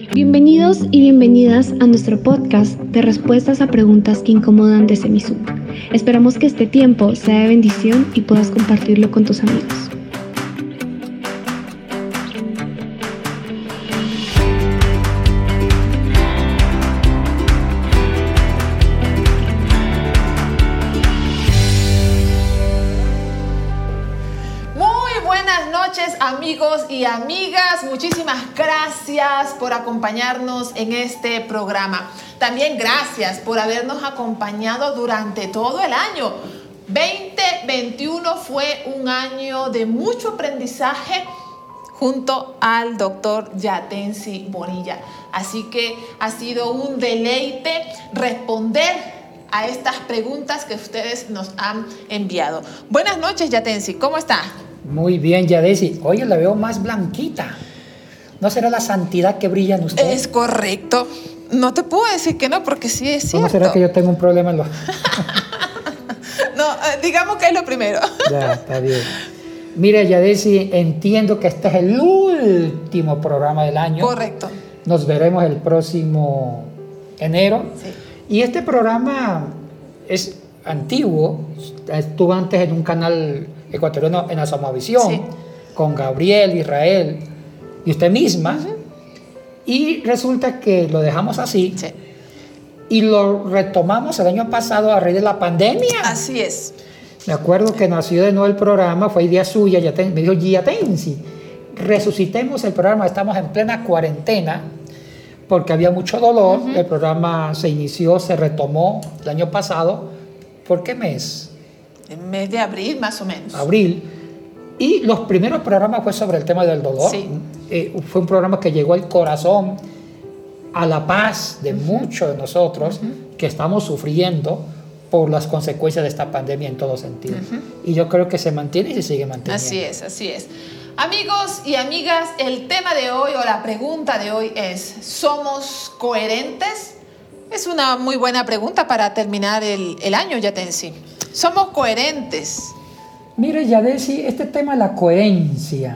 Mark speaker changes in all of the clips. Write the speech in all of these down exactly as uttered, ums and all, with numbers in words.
Speaker 1: Bienvenidos y bienvenidas a nuestro podcast de respuestas a preguntas que incomodan de Semisub. Esperamos que este tiempo sea de bendición y puedas compartirlo con tus amigos.
Speaker 2: Amigos y amigas, muchísimas gracias por acompañarnos en este programa. También gracias por habernos acompañado durante todo el año. veinte veintiuno fue un año de mucho aprendizaje junto al doctor Yatensi Bonilla. Así que ha sido un deleite responder a estas preguntas que ustedes nos han enviado. Buenas noches, Yatensi, ¿cómo está?
Speaker 3: Muy bien, Yadesi. Oye, la veo más blanquita. ¿No será la santidad que brilla en usted?
Speaker 2: Es correcto. No te puedo decir que no, porque sí es cierto.
Speaker 3: ¿No será que yo tengo un problema en los...?
Speaker 2: No, digamos que es lo primero.
Speaker 3: Ya, está bien. Mira, Yadesi, entiendo que este es el último programa del año.
Speaker 2: Correcto.
Speaker 3: Nos veremos el próximo enero.
Speaker 2: Sí.
Speaker 3: Y este programa es antiguo. Estuvo antes en un canal ecuatoriano en Asomavisión, sí, con Gabriel, Israel y usted misma. Uh-huh. Y resulta que lo dejamos así.
Speaker 2: Sí.
Speaker 3: Y lo retomamos el año pasado a raíz de la pandemia.
Speaker 2: Así es.
Speaker 3: Me acuerdo que nació de nuevo el programa, fue idea suya, Yaten, me dijo Yatensi, resucitemos el programa, estamos en plena cuarentena, porque había mucho dolor. Uh-huh. El programa se inició, se retomó el año pasado. ¿Por qué mes?
Speaker 2: En mes de abril, más o menos.
Speaker 3: Abril. Y los primeros programas fue sobre el tema del dolor.
Speaker 2: Sí.
Speaker 3: Eh, fue un programa que llegó al corazón, a la paz de uh-huh. muchos de nosotros uh-huh. que estamos sufriendo por las consecuencias de esta pandemia en todo sentido. Uh-huh. Y yo creo que se mantiene y se sigue manteniendo.
Speaker 2: Así es, así es. Amigos y amigas, el tema de hoy o la pregunta de hoy es: ¿somos coherentes? Es una muy buena pregunta para terminar el, el año, Yatensi. ¿Somos coherentes?
Speaker 3: Mire, Yadesi, este tema de la coherencia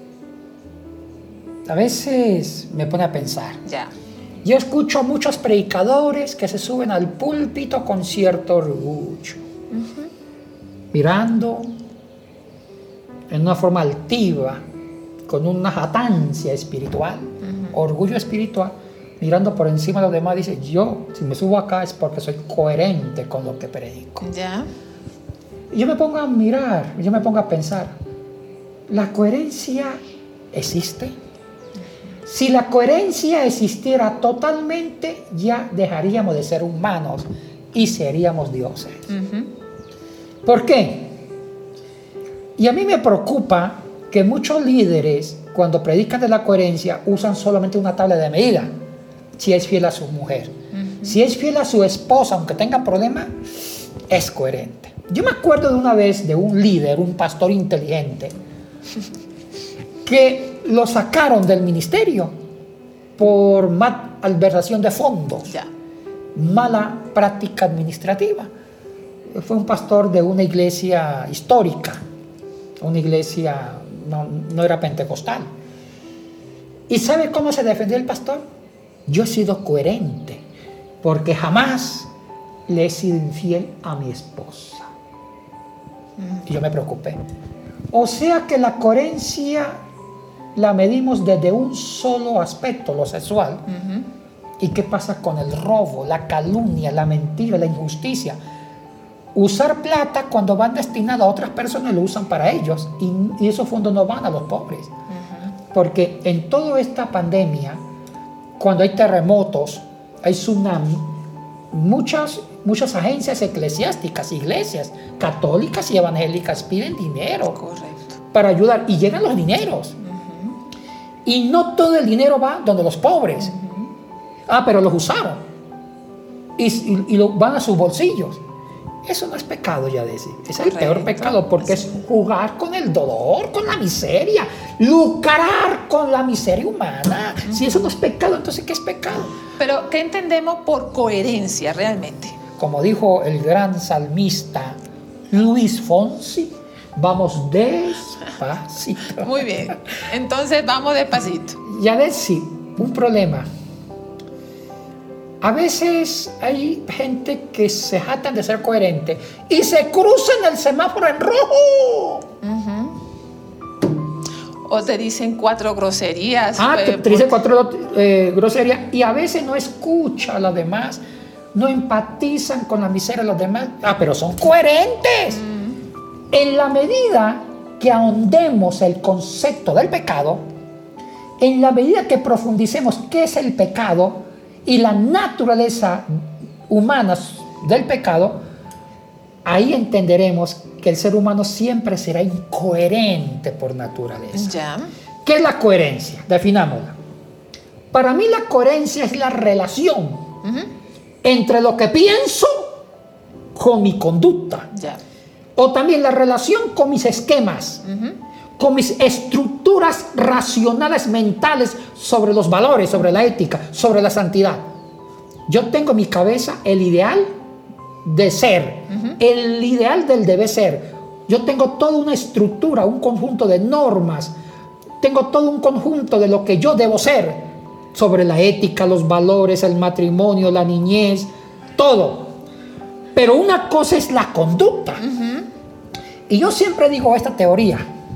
Speaker 3: a veces me pone a pensar.
Speaker 2: Ya.
Speaker 3: Yo escucho a muchos predicadores que se suben al púlpito con cierto orgullo, uh-huh. mirando en una forma altiva, con una jactancia espiritual, uh-huh. orgullo espiritual, mirando por encima de los demás. Dice, yo, si me subo acá es porque soy coherente con lo que predico.
Speaker 2: Ya.
Speaker 3: Y yo me pongo a mirar, yo me pongo a pensar, ¿la coherencia existe? Si la coherencia existiera totalmente, ya dejaríamos de ser humanos y seríamos dioses. Uh-huh. ¿Por qué? Y a mí me preocupa que muchos líderes, cuando predican de la coherencia, usan solamente una tabla de medida. Si es fiel a su mujer, uh-huh. si es fiel a su esposa, aunque tenga problemas, es coherente. Yo me acuerdo de una vez de un líder, un pastor inteligente, que lo sacaron del ministerio por malversación de fondos,
Speaker 2: ya.
Speaker 3: mala práctica administrativa. Fue un pastor de una iglesia histórica, una iglesia, no, no era pentecostal. ¿Y sabe cómo se defendió el pastor? Yo he sido coherente, porque jamás le he sido infiel a mi esposa. Y yo me preocupé. O sea que la coherencia la medimos desde un solo aspecto, lo sexual. Uh-huh. ¿Y qué pasa con el robo, la calumnia, la mentira, la injusticia? Usar plata cuando van destinados a otras personas lo usan para ellos, y, y esos fondos no van a los pobres. Uh-huh. Porque en toda esta pandemia, cuando hay terremotos, hay tsunami, muchas, muchas agencias eclesiásticas, iglesias católicas y evangélicas piden dinero.
Speaker 2: Correcto.
Speaker 3: Para ayudar, y llegan los dineros. Uh-huh. Y no todo el dinero va donde los pobres. Uh-huh. Ah, pero los usaron. Y, y, y lo, van a sus bolsillos. Eso no es pecado, ya decir. Es Correcto. El peor pecado, porque Así. Es jugar con el dolor, con la miseria, lucrar con la miseria humana. Uh-huh. Si eso no es pecado, entonces ¿qué es pecado?
Speaker 2: Pero ¿qué entendemos por coherencia realmente?
Speaker 3: Como dijo el gran salmista Luis Fonsi, vamos despacito.
Speaker 2: Muy bien, entonces vamos despacito.
Speaker 3: Ya decir, un problema A veces hay gente que se jactan de ser coherente y se cruzan el semáforo en rojo.
Speaker 2: Uh-huh. O te dicen cuatro groserías.
Speaker 3: Ah,
Speaker 2: eh,
Speaker 3: te, te dicen cuatro eh, groserías y a veces no escucha a los demás, no empatizan con la miseria de los demás. Ah, pero son coherentes. Uh-huh. En la medida que ahondemos el concepto del pecado, en la medida que profundicemos qué es el pecado y la naturaleza humana del pecado, ahí entenderemos que el ser humano siempre será incoherente por naturaleza.
Speaker 2: Ya.
Speaker 3: ¿Qué es la coherencia? Definámosla. Para mí la coherencia es la relación uh-huh. entre lo que pienso con mi conducta.
Speaker 2: Ya.
Speaker 3: O también la relación con mis esquemas, uh-huh. con mis estructuras racionales mentales sobre los valores, sobre la ética, sobre la santidad. Yo tengo en mi cabeza el ideal de ser, uh-huh. el ideal del debe ser. Yo tengo toda una estructura, un conjunto de normas, tengo todo un conjunto de lo que yo debo ser sobre la ética, los valores, el matrimonio, la niñez, todo. Pero una cosa es la conducta. Uh-huh. Y yo siempre digo esta teoría.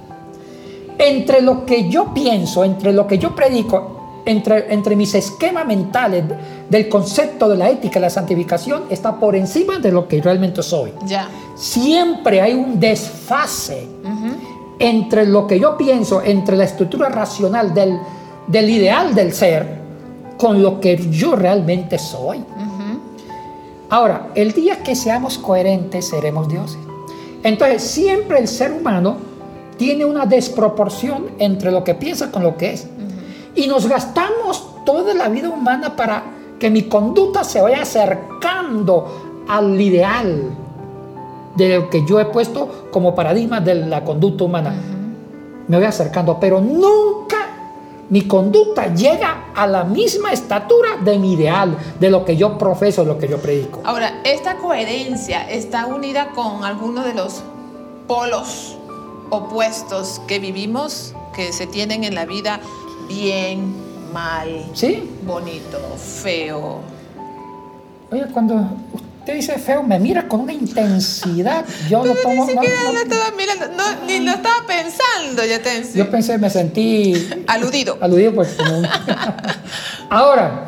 Speaker 3: Entre lo que yo pienso, entre lo que yo predico, entre, entre mis esquemas mentales del concepto de la ética y la santificación, está por encima de lo que realmente soy.
Speaker 2: Ya.
Speaker 3: Siempre hay un desfase uh-huh. entre lo que yo pienso, entre la estructura racional del, del ideal del ser, con lo que yo realmente soy. Uh-huh. Ahora, el día que seamos coherentes, seremos dioses. Entonces, siempre el ser humano tiene una desproporción entre lo que piensa con lo que es. Uh-huh. Y nos gastamos toda la vida humana para que mi conducta se vaya acercando al ideal de lo que yo he puesto como paradigma de la conducta humana. Uh-huh. Me voy acercando, pero nunca mi conducta llega a la misma estatura de mi ideal, de lo que yo profeso, de lo que yo predico.
Speaker 2: Ahora, esta coherencia está unida con alguno de los polos opuestos que vivimos, que se tienen en la vida: bien, mal,
Speaker 3: ¿sí?
Speaker 2: bonito, feo.
Speaker 3: Oye, cuando usted dice feo, me mira con una intensidad. Yo
Speaker 2: Pero
Speaker 3: lo tomo.
Speaker 2: Ni siquiera
Speaker 3: no, no,
Speaker 2: lo estaba mirando, no, ni lo estaba pensando. Ya te
Speaker 3: yo pensé, me sentí
Speaker 2: aludido.
Speaker 3: Aludido, pues. Como un... Ahora,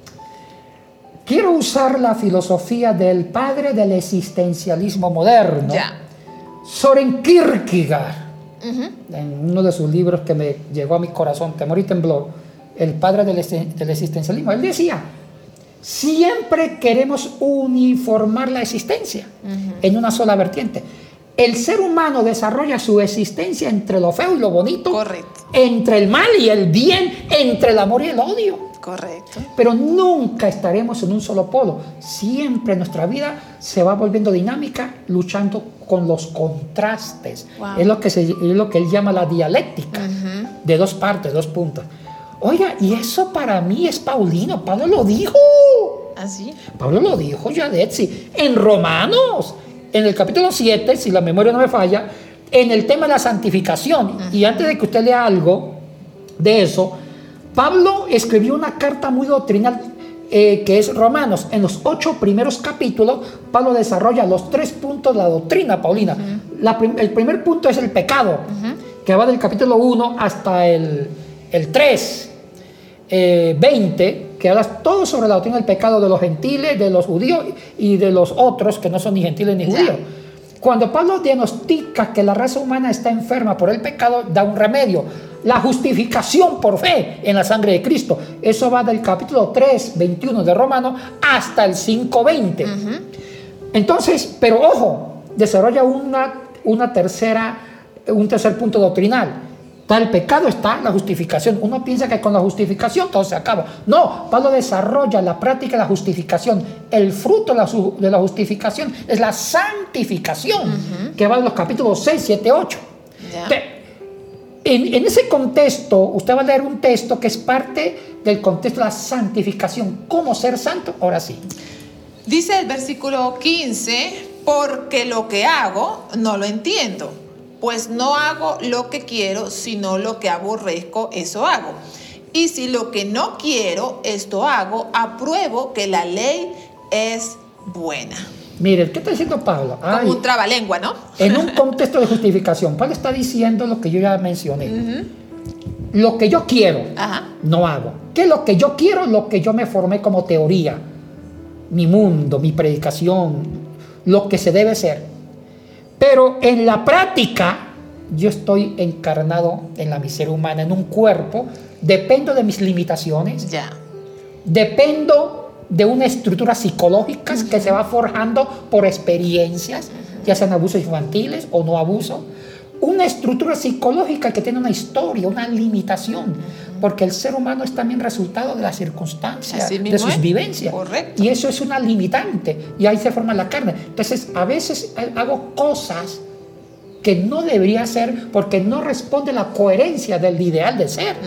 Speaker 3: quiero usar la filosofía del padre del existencialismo moderno.
Speaker 2: Ya.
Speaker 3: Soren Kierkegaard,
Speaker 2: uh-huh.
Speaker 3: en uno de sus libros que me llegó a mi corazón, Temor y Temblor, el padre del, del existencialismo, él decía: siempre queremos uniformar la existencia uh-huh. en una sola vertiente. El ser humano desarrolla su existencia entre lo feo y lo bonito.
Speaker 2: Correcto.
Speaker 3: Entre el mal y el bien, entre el amor y el odio.
Speaker 2: Correcto.
Speaker 3: Pero nunca estaremos en un solo polo. Siempre nuestra vida se va volviendo dinámica, luchando con los contrastes. Wow. Es lo que, se, es lo que él llama la dialéctica, uh-huh. de dos partes, dos puntos. Oiga, y eso para mí es paulino. Pablo lo dijo.
Speaker 2: ¿Ah, sí?
Speaker 3: Pablo lo dijo, Yadet, sí. En Romanos, en el capítulo siete, si la memoria no me falla, en el tema de la santificación. Uh-huh. Y antes de que usted lea algo de eso, Pablo escribió una carta muy doctrinal, eh, que es Romanos. En los ocho primeros capítulos, Pablo desarrolla los tres puntos de la doctrina paulina. Uh-huh. La prim- el primer punto es el pecado, uh-huh. que va del capítulo uno hasta el, el tres, eh, veinte, que habla todo sobre la doctrina del pecado de los gentiles, de los judíos y de los otros que no son ni gentiles ni judíos. Cuando Pablo diagnostica que la raza humana está enferma por el pecado, da un remedio: la justificación por fe en la sangre de Cristo. Eso va del capítulo tres, veintiuno de Romanos hasta el cinco, veinte. Uh-huh. Entonces, pero ojo, desarrolla una, una tercera, un tercer punto doctrinal. Está el pecado, está la justificación. Uno piensa que con la justificación todo se acaba. No, Pablo desarrolla la práctica de la justificación. El fruto de la, de la justificación es la santificación, uh-huh. que va en los capítulos seis, siete, ocho. Yeah. En, en ese contexto, usted va a leer un texto que es parte del contexto de la santificación. ¿Cómo ser santo? Ahora sí.
Speaker 2: Dice el versículo quince: porque lo que hago no lo entiendo, pues no hago lo que quiero, sino lo que aborrezco, eso hago. Y si lo que no quiero, esto hago, apruebo que la ley es buena.
Speaker 3: Miren, ¿qué está diciendo Pablo?
Speaker 2: Como
Speaker 3: Ay,
Speaker 2: un trabalengua, ¿no?
Speaker 3: En un contexto de justificación, Pablo está diciendo lo que yo ya mencioné. Uh-huh. Lo que yo quiero, Ajá. no hago. ¿Qué es lo que yo quiero? Lo que yo me formé como teoría. Mi mundo, mi predicación, lo que se debe ser. Pero en la práctica, yo estoy encarnado en la miseria humana, en un cuerpo. Dependo de mis limitaciones.
Speaker 2: Ya.
Speaker 3: Dependo de una estructura psicológica uh-huh. que se va forjando por experiencias, uh-huh. ya sean abusos infantiles o no abusos. Una estructura psicológica que tiene una historia, una limitación, uh-huh. porque el ser humano es también resultado de las circunstancias, de sus es. vivencias.
Speaker 2: Correcto.
Speaker 3: Y eso es una limitante, y ahí se forma la carne. Entonces, a veces hago cosas que no debería hacer porque no responde a la coherencia del ideal de ser.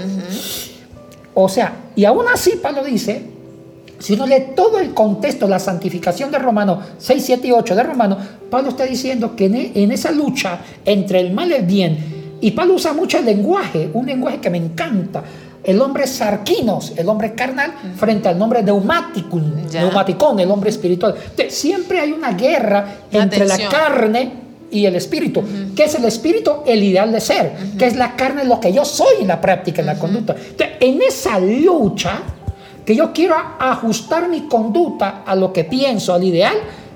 Speaker 3: Uh-huh. O sea, y aún así Pablo dice, si uno lee todo el contexto, la santificación de Romanos seis, siete y ocho de Romanos, Pablo está diciendo que en, en esa lucha entre el mal y el bien, y Pablo usa mucho el lenguaje, un lenguaje que me encanta, el hombre sarquinos, el hombre carnal, uh-huh. frente al nombre neumáticum, neumaticón, el hombre espiritual. Entonces, siempre hay una guerra entre Atención. la carne y el espíritu. Uh-huh. ¿Qué es el espíritu? El ideal de ser. Uh-huh. ¿Qué es la carne? Lo que yo soy en la práctica, en uh-huh. la conducta. Entonces, en esa lucha, que yo quiero ajustar mi conducta a lo que pienso, al ideal,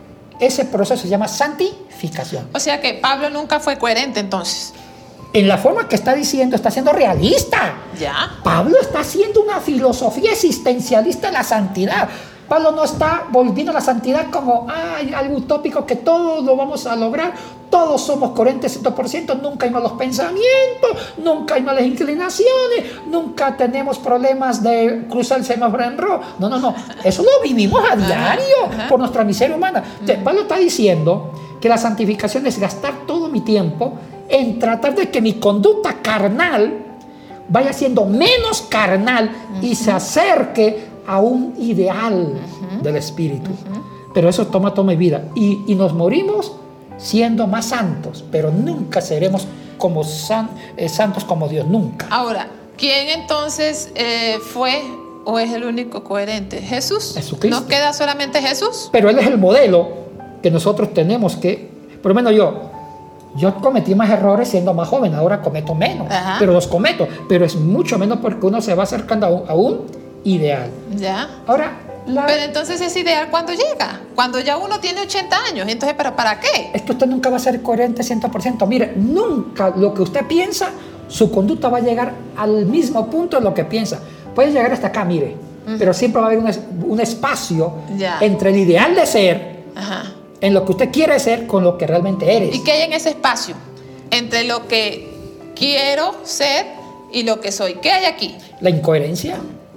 Speaker 3: ese proceso se llama santificación.
Speaker 2: O sea que Pablo nunca fue coherente entonces.
Speaker 3: En la forma que está diciendo, está siendo realista.
Speaker 2: Ya.
Speaker 3: Pablo está haciendo una filosofía existencialista de la santidad. Pablo no está volviendo a la santidad como ay, algo utópico que todos lo vamos a lograr, todos somos coherentes cien por ciento, nunca hay malos pensamientos, nunca hay malas inclinaciones, nunca tenemos problemas de cruzar el semáforo en rojo. No, no, no, eso lo vivimos a diario ajá, ajá. por nuestra miseria humana. Entonces, Pablo está diciendo que la santificación es gastar todo mi tiempo en tratar de que mi conducta carnal vaya siendo menos carnal uh-huh. y se acerque a un ideal uh-huh. del espíritu. Uh-huh. Pero eso toma toda mi vida. Y, y nos morimos siendo más santos, pero nunca seremos como san, eh, santos como Dios, nunca.
Speaker 2: Ahora, ¿quién entonces eh, fue o es el único coherente? ¿Jesús?
Speaker 3: Jesucristo.
Speaker 2: ¿No queda solamente Jesús?
Speaker 3: Pero Él es el modelo que nosotros tenemos que, por lo menos yo, yo cometí más errores siendo más joven, ahora cometo menos, Ajá. pero los cometo, pero es mucho menos porque uno se va acercando a un, a un ideal.
Speaker 2: Ya.
Speaker 3: Ahora, la...
Speaker 2: pero entonces es ideal cuando llega, cuando ya uno tiene ochenta años, entonces ¿para, para qué?
Speaker 3: Es que usted nunca va a ser coherente cien por ciento. Mire, nunca lo que usted piensa, su conducta va a llegar al mismo punto de lo que piensa. Puede llegar hasta acá, mire, uh-huh. pero siempre va a haber un, un espacio ya. entre el ideal de ser, Ajá. en lo que usted quiere ser, con lo que realmente eres.
Speaker 2: ¿Y qué hay en ese espacio? Entre lo que quiero ser y lo que soy. ¿Qué hay aquí?
Speaker 3: La incoherencia.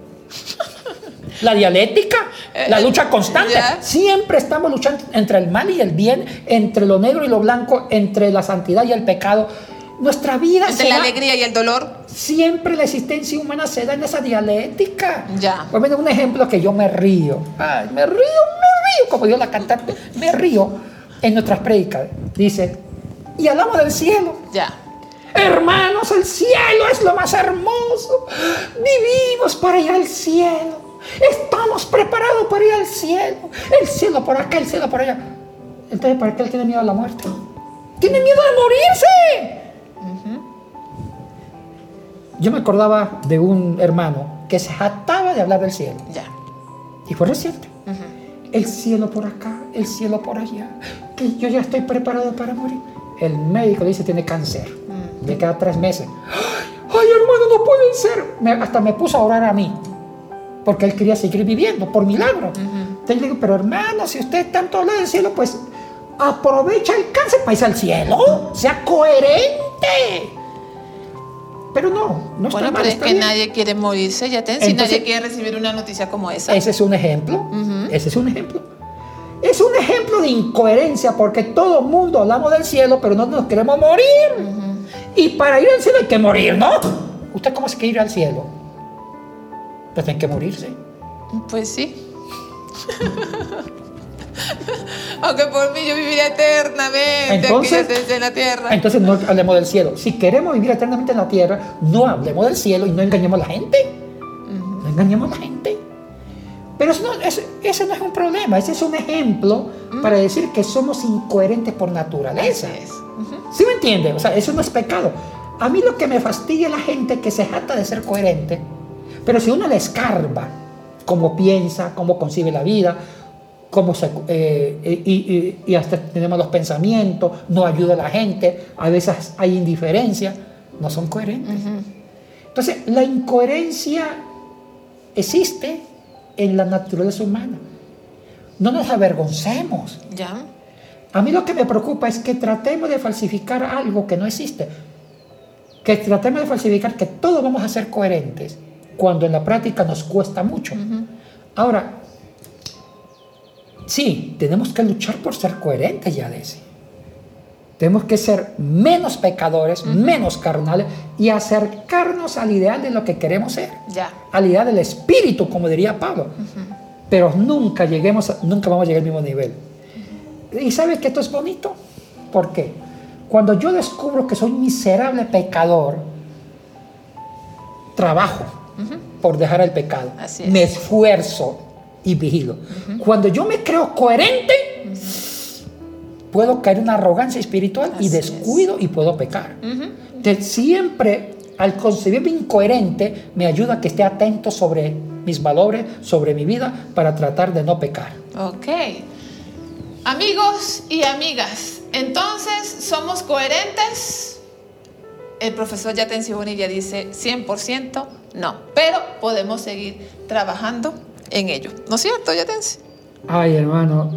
Speaker 3: La dialéctica, la lucha constante.
Speaker 2: ¿Ya?
Speaker 3: Siempre estamos luchando entre el mal y el bien, entre lo negro y lo blanco, entre la santidad y el pecado. Nuestra vida
Speaker 2: entre la da, alegría y el dolor.
Speaker 3: Siempre la existencia humana se da en esa dialéctica.
Speaker 2: Ya.
Speaker 3: Pues mira, un ejemplo que yo me río. Ay, me río, me río, como yo la cantante, me río en nuestras prédicas. Dice, y hablamos del cielo.
Speaker 2: Ya.
Speaker 3: Hermanos, el cielo es lo más hermoso. Vivimos para ir al cielo. Estamos preparados para ir al cielo. El cielo por acá, el cielo por allá. Entonces, ¿para qué él tiene miedo a la muerte? Tiene miedo de morirse. Uh-huh. Yo me acordaba de un hermano que se jactaba de hablar del cielo.
Speaker 2: Ya.
Speaker 3: Y fue reciente. Uh-huh. El cielo por acá, el cielo por allá. Que yo ya estoy preparado para morir. El médico le dice tiene cáncer. Uh-huh. Me queda tres meses. Ay, hermano, no puede ser. Me, hasta me puso a orar a mí. Porque él quería seguir viviendo, por milagro. Uh-huh. Entonces le digo, pero hermano, si usted tanto habla del cielo, pues aprovecha el cáncer para irse al cielo. Sea coherente. Pero no, no está
Speaker 2: bueno,
Speaker 3: mal.
Speaker 2: Pero
Speaker 3: está
Speaker 2: es que
Speaker 3: bien.
Speaker 2: Nadie quiere morirse, ya te, si Entonces, nadie quiere recibir una noticia como esa.
Speaker 3: Ese es un ejemplo.
Speaker 2: Uh-huh.
Speaker 3: Ese es un ejemplo. Es un ejemplo de incoherencia porque todo el mundo hablamos del cielo, pero no nos queremos morir. Uh-huh. Y para ir al cielo hay que morir, ¿no? ¿Usted cómo se quiere ir al cielo? Pues tienen que morirse.
Speaker 2: Pues sí. Aunque por mí yo viviría eternamente
Speaker 3: entonces,
Speaker 2: aquí en la tierra.
Speaker 3: Entonces no hablemos del cielo. Si queremos vivir eternamente en la tierra, no hablemos del cielo y no engañemos a la gente. engañamos a la gente. Pero eso no, eso, ese no es un problema, ese es un ejemplo uh-huh. para decir que somos incoherentes por naturaleza.
Speaker 2: Así es. Uh-huh.
Speaker 3: ¿Sí me entiende? O sea, eso no es pecado. A mí lo que me fastidia es la gente que se jacta de ser coherente, pero si uno le escarba cómo piensa, cómo concibe la vida, cómo se, eh, y, y, y hasta tenemos los pensamientos, no ayuda a la gente, a veces hay indiferencia, no son coherentes. Uh-huh. Entonces, la incoherencia existe en la naturaleza humana. No nos avergoncemos.
Speaker 2: ¿Ya?
Speaker 3: A mí lo que me preocupa es que tratemos de falsificar algo que no existe. Que tratemos de falsificar que todos vamos a ser coherentes, cuando en la práctica nos cuesta mucho. Uh-huh. Ahora, sí, tenemos que luchar por ser coherentes, ya de ese. Tenemos que ser menos pecadores, uh-huh. menos carnales y acercarnos al ideal de lo que queremos ser.
Speaker 2: Ya.
Speaker 3: Al ideal del espíritu, como diría Pablo. Uh-huh. Pero nunca, lleguemos a, nunca vamos a llegar al mismo nivel. Uh-huh. ¿Y sabes que esto es bonito? ¿Por qué? Cuando yo descubro que soy un miserable pecador, trabajo uh-huh. por dejar el pecado.
Speaker 2: Así es.
Speaker 3: Me esfuerzo y vigilo. Uh-huh. Cuando yo me creo coherente, uh-huh. puedo caer en una arrogancia espiritual Así y descuido es. Y puedo pecar. Uh-huh. Entonces, siempre al concebirme incoherente me ayuda a que esté atento sobre mis valores, sobre mi vida, para tratar de no pecar.
Speaker 2: Ok. Amigos y amigas, entonces, ¿somos coherentes? El profesor Yatensi Bonilla dice cien por ciento no, pero podemos seguir trabajando en ello. ¿No es cierto, Yatensi?
Speaker 3: Ay, hermano.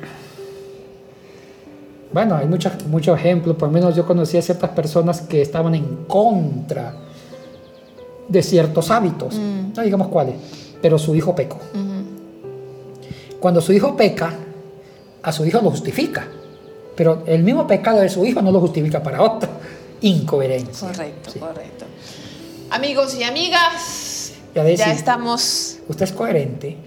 Speaker 3: Bueno, hay muchos muchos ejemplos. Por lo menos yo conocí a ciertas personas que estaban en contra de ciertos hábitos. Mm. No digamos cuáles, pero su hijo pecó. Uh-huh. Cuando su hijo peca, a su hijo lo justifica. Pero el mismo pecado de su hijo no lo justifica para otro. Incoherencia.
Speaker 2: Correcto, sí. correcto. Amigos y amigas,
Speaker 3: ya, decir,
Speaker 2: ya estamos...
Speaker 3: Usted es coherente.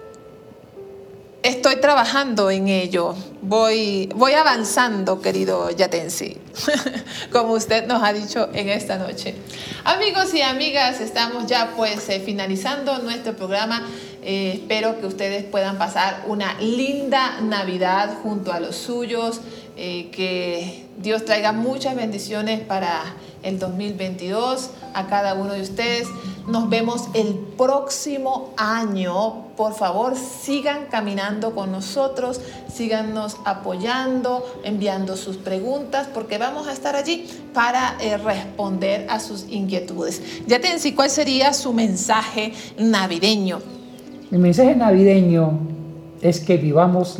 Speaker 2: Estoy trabajando en ello. Voy, voy avanzando, querido Yatensi, como usted nos ha dicho en esta noche. Amigos y amigas, estamos ya pues eh, finalizando nuestro programa. Eh, espero que ustedes puedan pasar una linda Navidad junto a los suyos, eh, que Dios traiga muchas bendiciones para el dos mil veintidós a cada uno de ustedes. Nos vemos el próximo año. Por favor, sigan caminando con nosotros, síganos apoyando, enviando sus preguntas, porque vamos a estar allí para eh, responder a sus inquietudes. Yatensi, ¿cuál sería su mensaje navideño?
Speaker 3: Mi mensaje navideño es que vivamos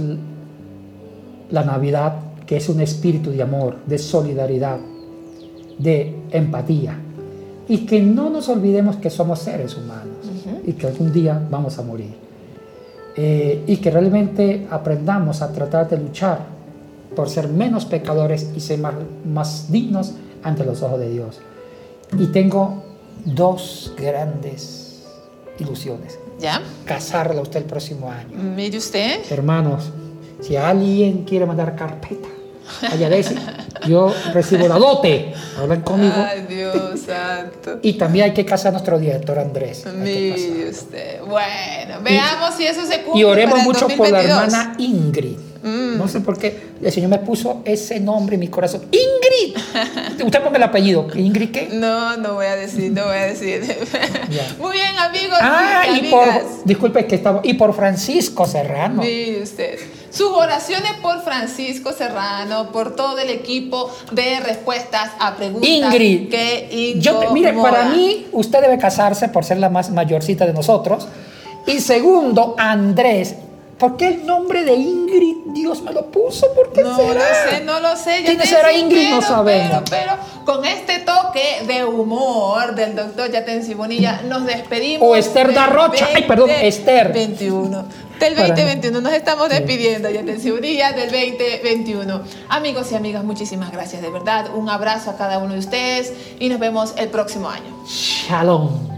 Speaker 3: la Navidad, que es un espíritu de amor, de solidaridad, de empatía, y que no nos olvidemos que somos seres humanos uh-huh. y que algún día vamos a morir, eh, y que realmente aprendamos a tratar de luchar por ser menos pecadores y ser más, más dignos ante los ojos de Dios. Y tengo dos grandes ilusiones.
Speaker 2: ¿Ya?
Speaker 3: Casarla usted el próximo año.
Speaker 2: Mire usted.
Speaker 3: Hermanos, si alguien quiere mandar carpeta a Yadesi, yo recibo la dote. Hablan conmigo.
Speaker 2: Ay, Dios santo.
Speaker 3: Y también hay que casar a nuestro director Andrés.
Speaker 2: Mire usted. Bueno, veamos y, si eso se cumple.
Speaker 3: Y oremos
Speaker 2: para el
Speaker 3: mucho
Speaker 2: dos mil veintidós.
Speaker 3: por la hermana Ingrid. Mm. No sé por qué el Señor me puso ese nombre en mi corazón. ¡Ingrid! Usted ponga el apellido. ¿Ingrid qué?
Speaker 2: No, no voy a decir, no voy a decir. Muy bien, amigos
Speaker 3: ah,
Speaker 2: y,
Speaker 3: y
Speaker 2: amigas.
Speaker 3: Por, disculpe que estaba... Y por Francisco Serrano.
Speaker 2: Mire usted. Sus oraciones por Francisco Serrano, por todo el equipo de respuestas a preguntas.
Speaker 3: Ingrid.
Speaker 2: Que
Speaker 3: yo, mire, para mí, usted debe casarse por ser la más mayorcita de nosotros. Y segundo, Andrés. ¿Por qué el nombre de Ingrid Dios me lo puso? ¿Por qué
Speaker 2: no
Speaker 3: será?
Speaker 2: No lo sé, no lo sé.
Speaker 3: ¿Quién será Ingrid?
Speaker 2: Pero,
Speaker 3: no sabemos.
Speaker 2: Pero, pero con este toque de humor del doctor Yatensi Bonilla nos despedimos.
Speaker 3: O Esther da Rocha. Ay, perdón, Esther.
Speaker 2: veintiuno. Del veinte veintiuno. Nos estamos despidiendo, Yatensi Bonilla, del veinte veintiuno. Amigos y amigas, muchísimas gracias, de verdad. Un abrazo a cada uno de ustedes y nos vemos el próximo año.
Speaker 3: Shalom.